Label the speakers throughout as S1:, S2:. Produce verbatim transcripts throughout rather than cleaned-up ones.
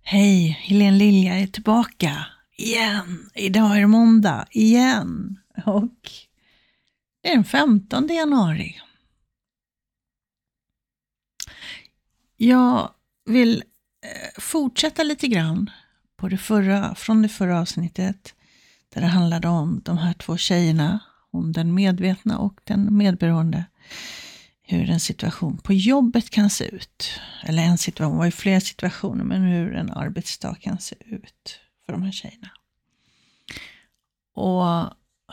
S1: Hej, Helene Lilja är tillbaka igen. Idag är det måndag igen och det är den femtonde januari. Jag vill eh, fortsätta lite grann på det förra, från det förra avsnittet där det handlade om de här två tjejerna, om den medvetna och den medberoende. Hur en situation på jobbet kan se ut. Eller en situation, det var ju flera situationer, men hur en arbetsdag kan se ut för de här tjejerna. Och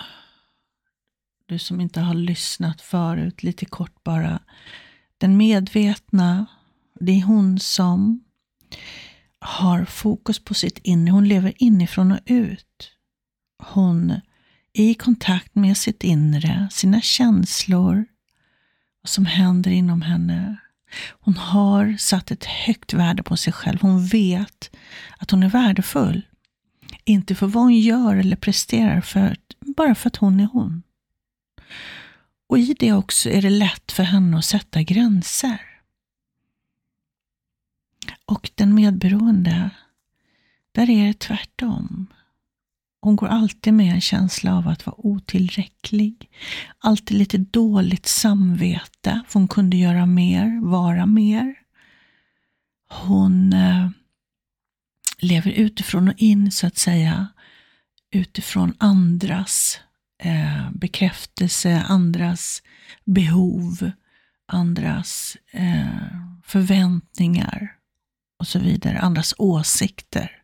S1: du som inte har lyssnat förut, lite kort bara. Den medvetna, det är hon som har fokus på sitt inre. Hon lever inifrån och ut. Hon är i kontakt med sitt inre, sina känslor, som händer inom henne. Hon har satt ett högt värde på sig själv. Hon vet att hon är värdefull. Inte för vad hon gör eller presterar, för, bara för att hon är hon. Och i det också är det lätt för henne att sätta gränser. Och den medberoende, där är det tvärtom. Hon går alltid med en känsla av att vara otillräcklig. Alltid lite dåligt samvete. För hon kunde göra mer, vara mer. Hon eh, lever utifrån och in, så att säga. Utifrån andras eh, bekräftelse, andras behov, andras eh, förväntningar och så vidare. Andras åsikter.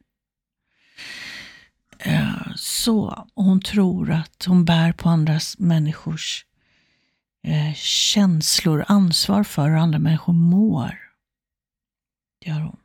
S1: Så hon tror att hon bär på andras människors eh, känslor, ansvar för hur andra människor mår. Det gör hon.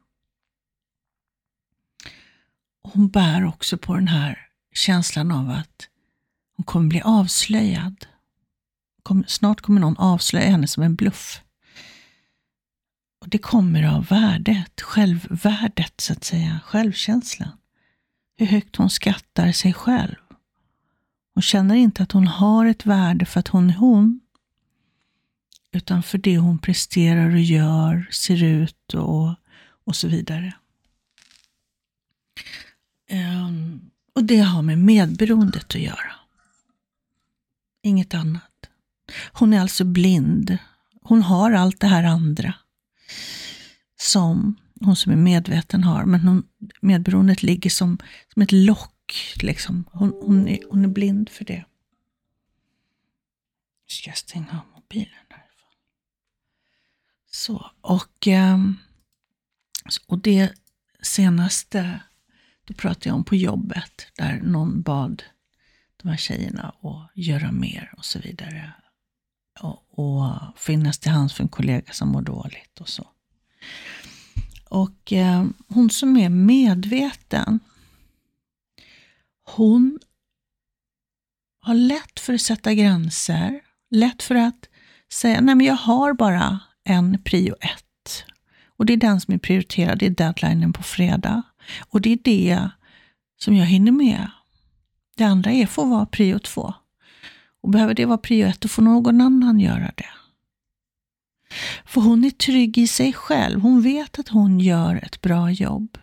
S1: Hon bär också på den här känslan av att hon kommer bli avslöjad. Kom, snart kommer någon avslöja henne som en bluff. Och det kommer av värdet, självvärdet så att säga, självkänslan. Hur högt hon skattar sig själv. Hon känner inte att hon har ett värde för att hon är hon. Utan för det hon presterar och gör, ser ut och, och så vidare. Um, och det har med medberoendet att göra. Inget annat. Hon är alltså blind. Hon har allt det här andra. Som hon som är medveten har. Men hon, medberoendet ligger som, som ett lock. Liksom. Hon, hon, är, hon är blind för det. Ska jag stänga av mobilen där? Så. Och, och det senaste, då pratade jag om på jobbet. Där någon bad de här tjejerna att göra mer och så vidare. Och, och finnas till hands för en kollega som mår dåligt och så. Och eh, hon som är medveten, hon har lätt för att sätta gränser. Lätt för att säga, nej men jag har bara en prio ett. Och det är den som är prioriterad, det är deadlinen på fredag. Och det är det som jag hinner med. Det andra är får vara prio två. Och behöver det vara prio ett, då får någon annan göra det. För hon är trygg i sig själv. Hon vet att hon gör ett bra jobb.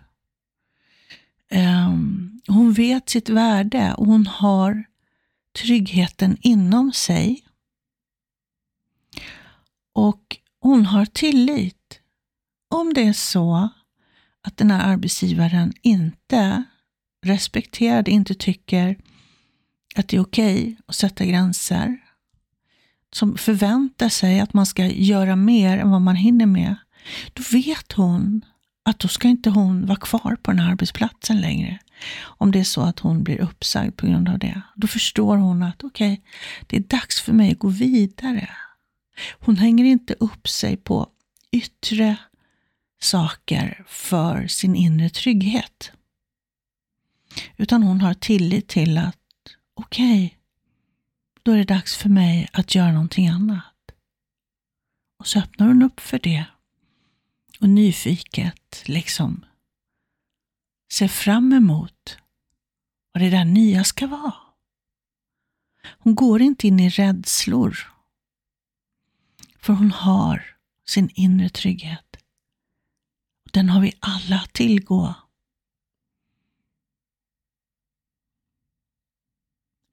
S1: Um, hon vet sitt värde och hon har tryggheten inom sig. Och hon har tillit. Om det är så att den här arbetsgivaren inte respekterar, inte tycker att det är okej att sätta gränser, som förväntar sig att man ska göra mer än vad man hinner med, då vet hon att då ska inte hon vara kvar på den här arbetsplatsen längre. Om det är så att hon blir uppsagd på grund av det. Då förstår hon att okej, okay, det är dags för mig att gå vidare. Hon hänger inte upp sig på yttre saker för sin inre trygghet. Utan hon har tillit till att okej, okay, då är det dags för mig att göra någonting annat. Och så öppnar hon upp för det. Och nyfiket liksom ser fram emot vad det där nya ska vara. Hon går inte in i rädslor. För hon har sin inre trygghet. Den har vi alla att tillgå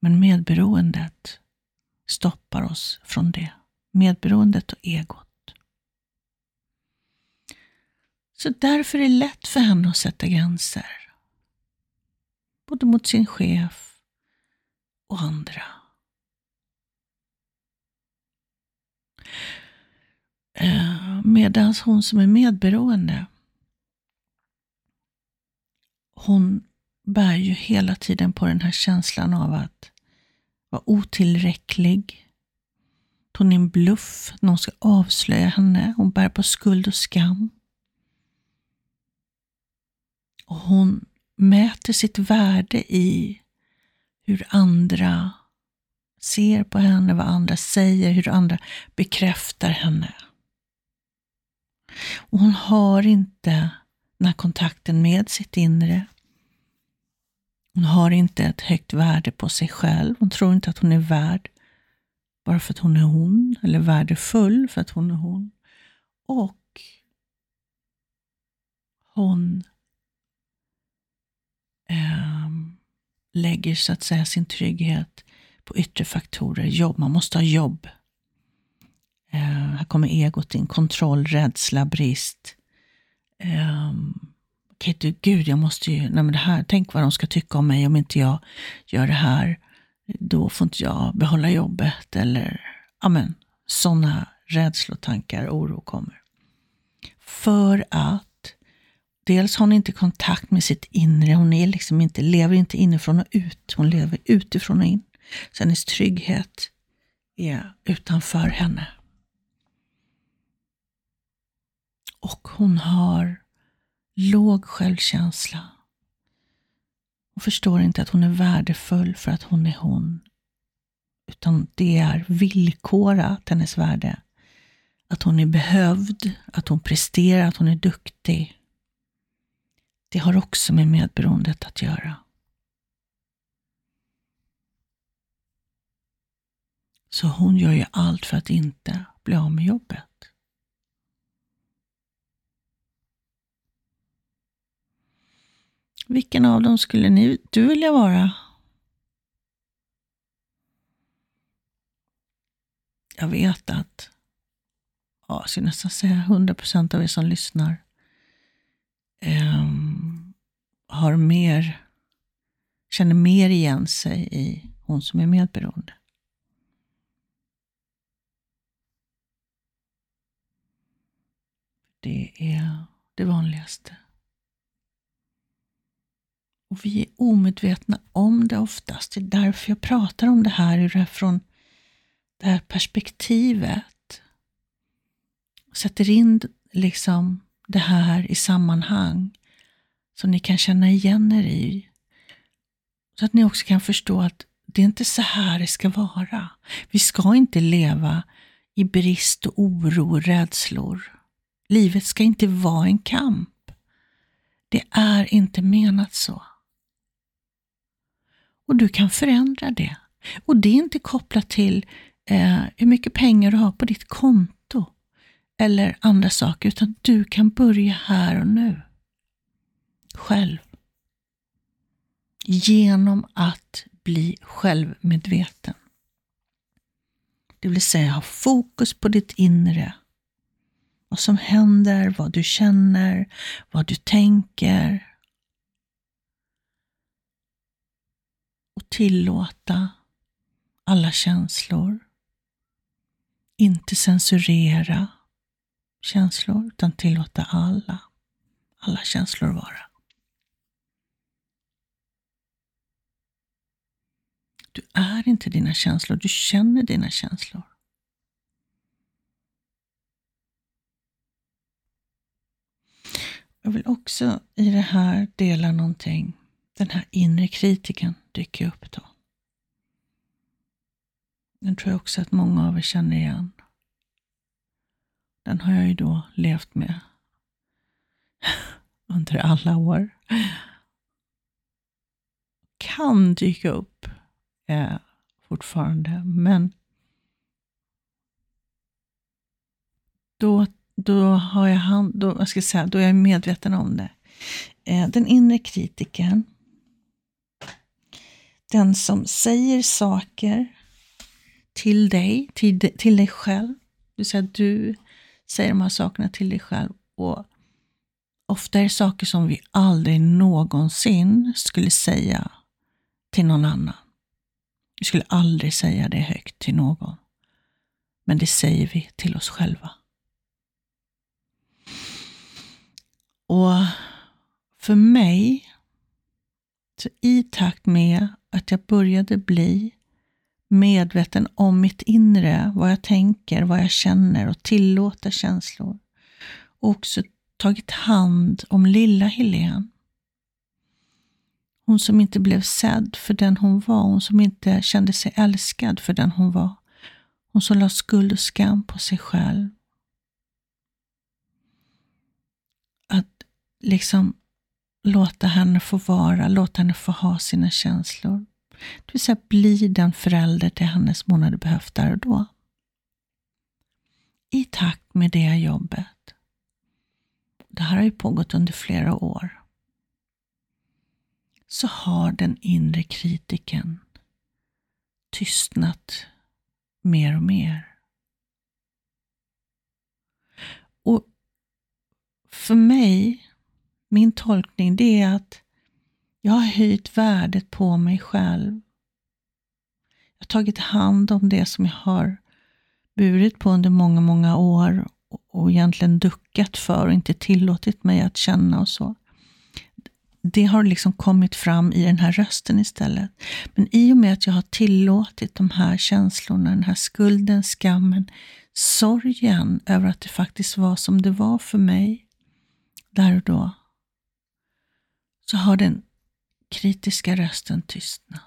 S1: Men medberoendet stoppar oss från det. Medberoendet och egot. Så därför är det lätt för henne att sätta gränser. Både mot sin chef och andra. Medan hon som är medberoende, hon bär ju hela tiden på den här känslan av att vara otillräcklig. Hon är en bluff, någon ska avslöja henne. Hon bär på skuld och skam. Och hon mäter sitt värde i hur andra ser på henne, vad andra säger, hur andra bekräftar henne. Och hon har inte den här kontakten med sitt inre. Hon har inte ett högt värde på sig själv. Hon tror inte att hon är värd bara för att hon är hon, eller värdefull för att hon är hon. Och hon eh, lägger så att säga sin trygghet på yttre faktorer. Jobb, man måste ha jobb. Eh, här kommer egot in, kontroll, rädsla, brist. Eh, Okej, du, gud, jag måste ju, nej men det här, tänk vad de ska tycka om mig om inte jag gör det här. Då får inte jag behålla jobbet. Eller, ja men, sådana rädslotankar, oro kommer. För att dels har hon inte kontakt med sitt inre. Hon är liksom inte, lever inte inifrån och ut. Hon lever utifrån och in. Så hennes trygghet är utanför henne. Och hon har låg självkänsla. Hon förstår inte att hon är värdefull för att hon är hon. Utan det är villkorat, hennes värde. Att hon är behövd, att hon presterar, att hon är duktig. Det har också med medberoendet att göra. Så hon gör ju allt för att inte bli av med jobbet. Vilken av dem skulle ni, du vilja vara? Jag vet att, ja, jag ska nästan säga hundra procent av er som lyssnar um, har mer, känner mer igen sig i hon som är medberoende. Det är det vanligaste. Och vi är omedvetna om det oftast. Det är därför jag pratar om det här utifrån det här perspektivet. Sätter in liksom det här i sammanhang som ni kan känna igen er i. Så att ni också kan förstå att det är inte så här det ska vara. Vi ska inte leva i brist och oro och rädslor. Livet ska inte vara en kamp. Det är inte menat så. Och du kan förändra det. Och det är inte kopplat till eh, hur mycket pengar du har på ditt konto. Eller andra saker. Utan du kan börja här och nu. Själv. Genom att bli självmedveten. Det vill säga ha fokus på ditt inre. Vad som händer, vad du känner, vad du tänker. Och tillåta alla känslor. Inte censurera känslor, utan tillåta alla, alla känslor vara. Du är inte dina känslor, du känner dina känslor. Jag vill också i det här dela någonting. Den här inre kritiken dyker upp då. Den tror jag också att många av er känner igen. Den har jag ju då levt med under alla år. Kan dyka upp eh, fortfarande, men då, då har jag hand, då, vad ska jag säga, då är jag medveten om det. Eh, den inre kritiken, den som säger saker till dig, till, till dig själv. Det vill säga att du säger de här sakerna till dig själv. Och ofta är det saker som vi aldrig någonsin skulle säga till någon annan. Vi skulle aldrig säga det högt till någon. Men det säger vi till oss själva. Och för mig, så i takt med att jag började bli medveten om mitt inre, vad jag tänker, vad jag känner och tillåta känslor. Och också tagit hand om lilla Helene. Hon som inte blev sedd för den hon var. Hon som inte kände sig älskad för den hon var. Hon som la skuld och skam på sig själv. Att liksom låta henne få vara, låta henne få ha sina känslor. Det vill säga bli den förälder till henne som hon hade behövt där och då. I takt med det jobbet. Det här har ju pågått under flera år. Så har den inre kritiken tystnat mer och mer. Och för mig, min tolkning, det är att jag har höjt värdet på mig själv. Jag har tagit hand om det som jag har burit på under många, många år och egentligen duckat för och inte tillåtit mig att känna och så. Det har liksom kommit fram i den här rösten istället. Men i och med att jag har tillåtit de här känslorna, den här skulden, skammen, sorgen över att det faktiskt var som det var för mig där och då, så har den kritiska rösten tystnat.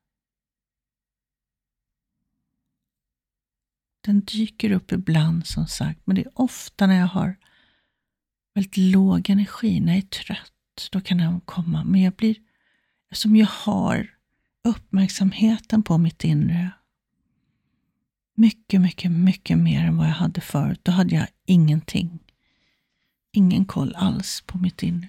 S1: Den dyker upp ibland som sagt, men det är ofta när jag har väldigt låg energi, när jag är trött, då kan den komma. Men jag blir, som jag har uppmärksamheten på mitt inre, mycket, mycket, mycket mer än vad jag hade förut. Då hade jag ingenting, ingen koll alls på mitt inre.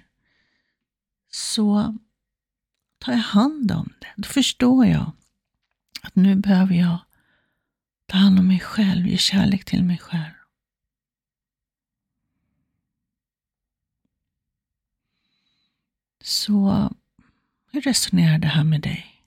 S1: Så tar jag hand om det. Då förstår jag att nu behöver jag ta hand om mig själv, ge kärlek till mig själv. Så hur resonerar det här med dig?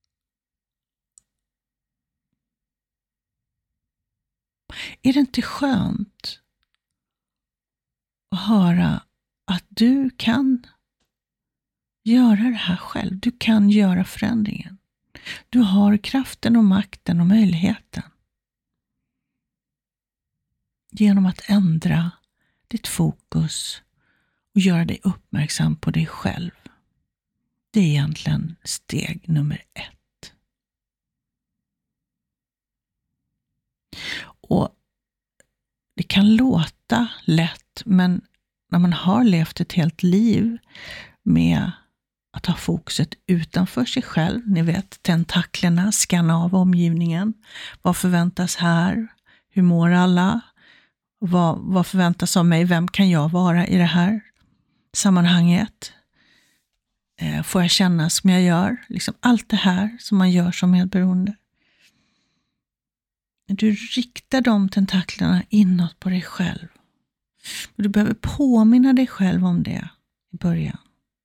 S1: Är det inte skönt att höra att du kan göra det här själv? Du kan göra förändringen. Du har kraften och makten och möjligheten. Genom att ändra ditt fokus och göra dig uppmärksam på dig själv. Det är egentligen steg nummer ett. Och det kan låta lätt, men när man har levt ett helt liv med att ha fokuset utanför sig själv, ni vet tentaklerna, skanna av omgivningen. Vad förväntas här? Hur mår alla? Vad, vad förväntas av mig? Vem kan jag vara i det här sammanhanget? Eh, får jag känna som jag gör? Liksom allt det här som man gör som medberoende. Du riktar de tentaklerna inåt på dig själv. Du behöver påminna dig själv om det i början.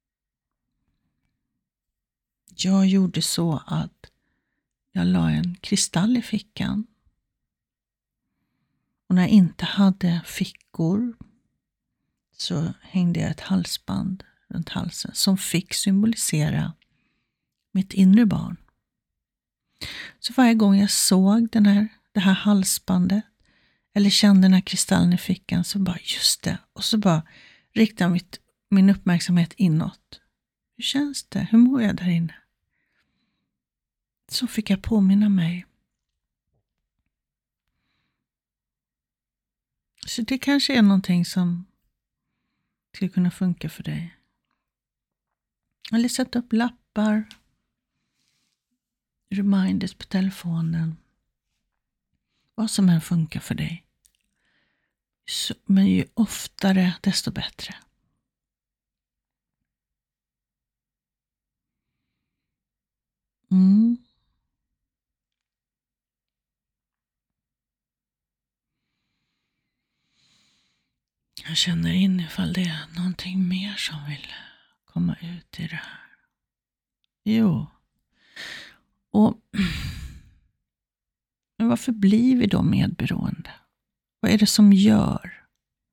S1: Jag gjorde så att jag la en kristall i fickan. Och när jag inte hade fickor så hängde jag ett halsband runt halsen som fick symbolisera mitt inre barn. Så varje gång jag såg den här, det här halsbandet eller kände den här kristallen i fickan, så bara just det. Och så bara riktade mitt, min uppmärksamhet inåt. Hur känns det? Hur mår jag där inne? Så fick jag påminna mig. Så det kanske är någonting som skulle kunna funka för dig. Eller sätta upp lappar, reminders på telefonen. Vad som än funkar för dig. Så, men ju oftare desto bättre. Mm. Jag känner in ifall det är någonting mer som vill komma ut i det här. Jo. Och men varför blir vi då medberoende? Vad är det som gör?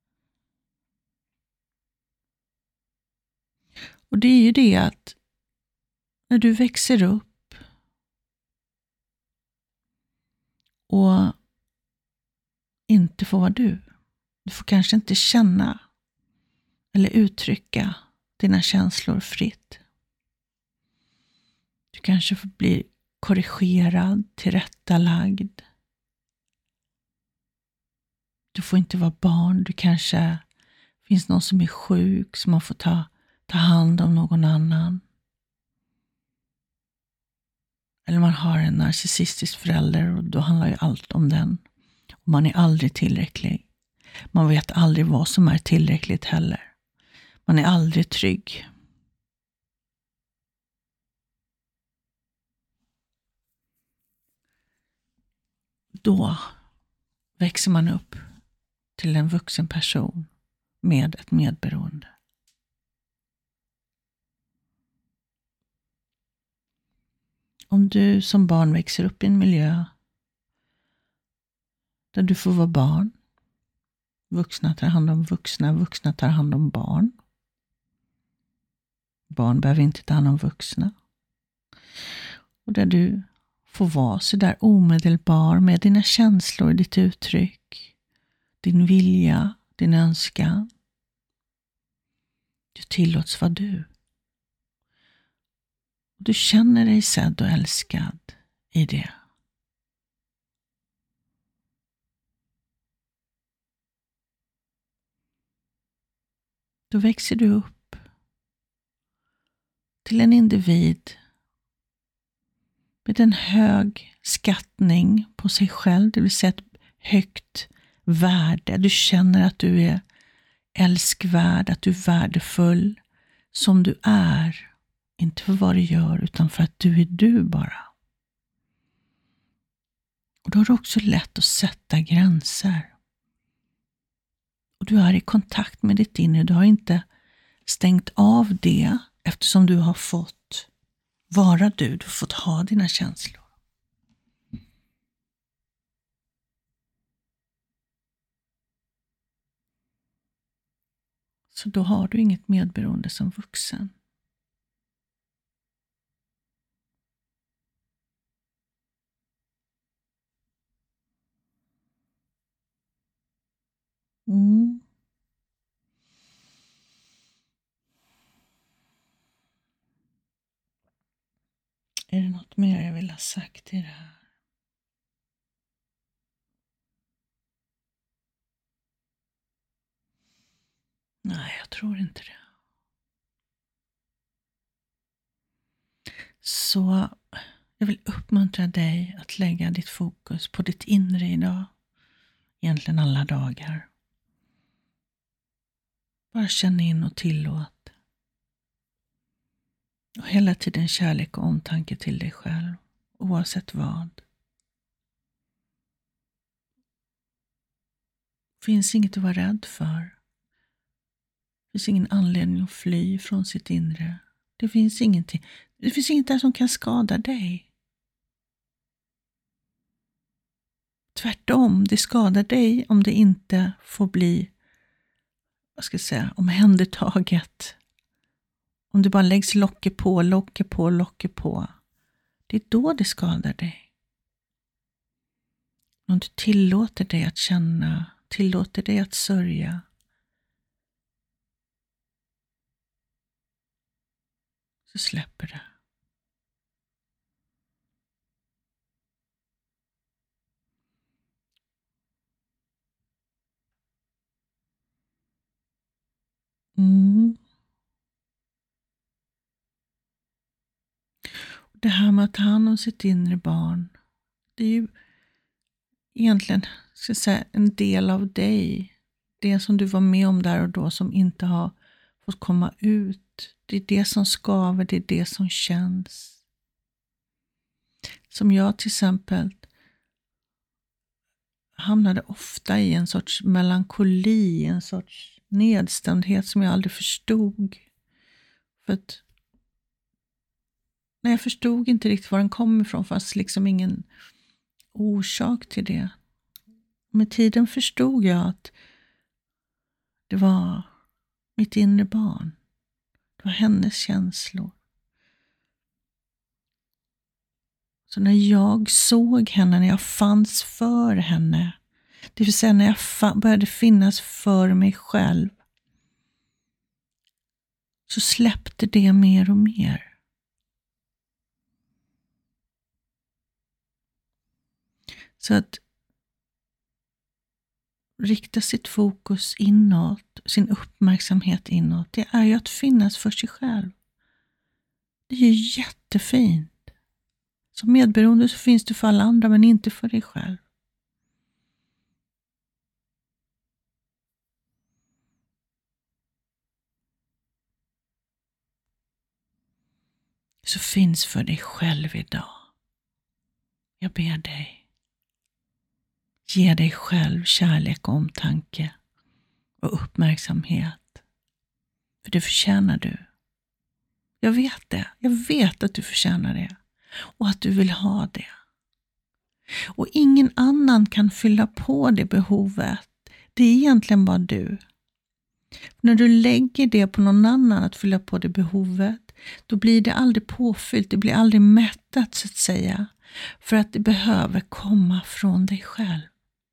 S1: Och det är ju det att när du växer upp och inte får vara du. Du får kanske inte känna eller uttrycka dina känslor fritt. Du kanske får bli korrigerad, tillrättalagd. Du får inte vara barn. Du kanske finns någon som är sjuk som man får ta, ta hand om någon annan. Eller man har en narcissistisk förälder och då handlar ju allt om den. Och man är aldrig tillräcklig. Man vet aldrig vad som är tillräckligt heller. Man är aldrig trygg. Då växer man upp till en vuxen person med ett medberoende. Om du som barn växer upp i en miljö där du får vara barn, vuxna tar hand om vuxna, vuxna tar hand om barn. Barn behöver inte ta hand om vuxna. Och där du får vara så där omedelbar med dina känslor, ditt uttryck, din vilja, din önskan. Du tillåts vara du. Du känner dig sedd och älskad i det. Då växer du upp till en individ med en hög skattning på sig själv, det vill säga ett högt värde. Du känner att du är älskvärd, att du är värdefull som du är. Inte för vad du gör utan för att du är du bara. Och då är det också lätt att sätta gränser. Och du är i kontakt med ditt inre. Du har inte stängt av det eftersom du har fått vara du. Du har fått ha dina känslor. Så då har du inget medberoende som vuxen. Mm. Är det något mer jag vill ha sagt i det här? Nej, jag tror inte det. Så jag vill uppmuntra dig att lägga ditt fokus på ditt inre idag. Egentligen alla dagar. Bara känn in och tillåt. Och hela tiden kärlek och omtanke till dig själv. Oavsett vad. Det finns inget att vara rädd för. Det finns ingen anledning att fly från sitt inre. Det finns ingenting. Det finns inget där som kan skada dig. Tvärtom, det skadar dig om det inte får bli, vad ska jag säga, omhändertaget. Om det bara läggs locker på, locker på, locker på. Det är då det skadar dig. Om du tillåter dig att känna, tillåter dig att sörja. Så släpper det. Mm. Det här med att ta hand om sitt inre barn, det är ju egentligen, ska jag säga, en del av dig. Det som du var med om där och då som inte har fått komma ut. Det är det som skaver, det är det som känns. Som jag till exempel hamnade ofta i en sorts melankoli, en sorts nedstämdhet som jag aldrig förstod. För att när jag förstod inte riktigt var den kom ifrån, fanns liksom ingen orsak till det. Med tiden förstod jag att det var mitt inre barn. Det var hennes känslor. Så när jag såg henne, när jag fanns för henne, det vill säga när jag fa- började finnas för mig själv, så släppte det mer och mer. Så att rikta sitt fokus inåt, sin uppmärksamhet inåt, det är ju att finnas för sig själv. Det är ju jättefint. Som medberoende så finns du för alla andra, men inte för dig själv. Så finns för dig själv idag. Jag ber dig. Ge dig själv kärlek och omtanke och uppmärksamhet. För det förtjänar du. Jag vet det. Jag vet att du förtjänar det. Och att du vill ha det. Och ingen annan kan fylla på det behovet. Det är egentligen bara du. När du lägger det på någon annan att fylla på det behovet, då blir det aldrig påfyllt. Det blir aldrig mättat, så att säga. För att det behöver komma från dig själv.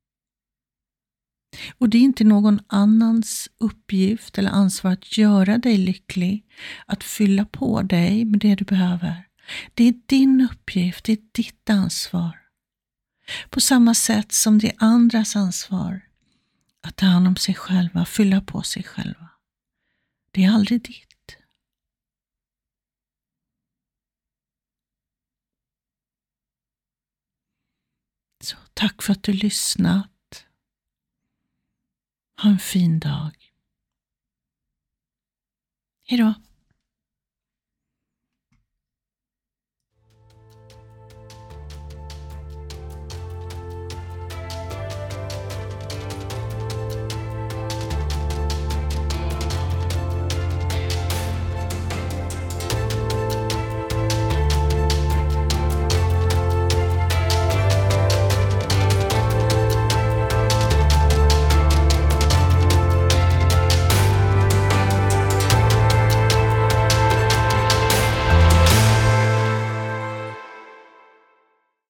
S1: Och det är inte någon annans uppgift eller ansvar att göra dig lycklig, att fylla på dig med det du behöver. Det är din uppgift, det är ditt ansvar. På samma sätt som det är andras ansvar att ta hand om sig själva, fylla på sig själva. Det är aldrig ditt. Så tack för att du lyssnat. Ha en fin dag. Hej då.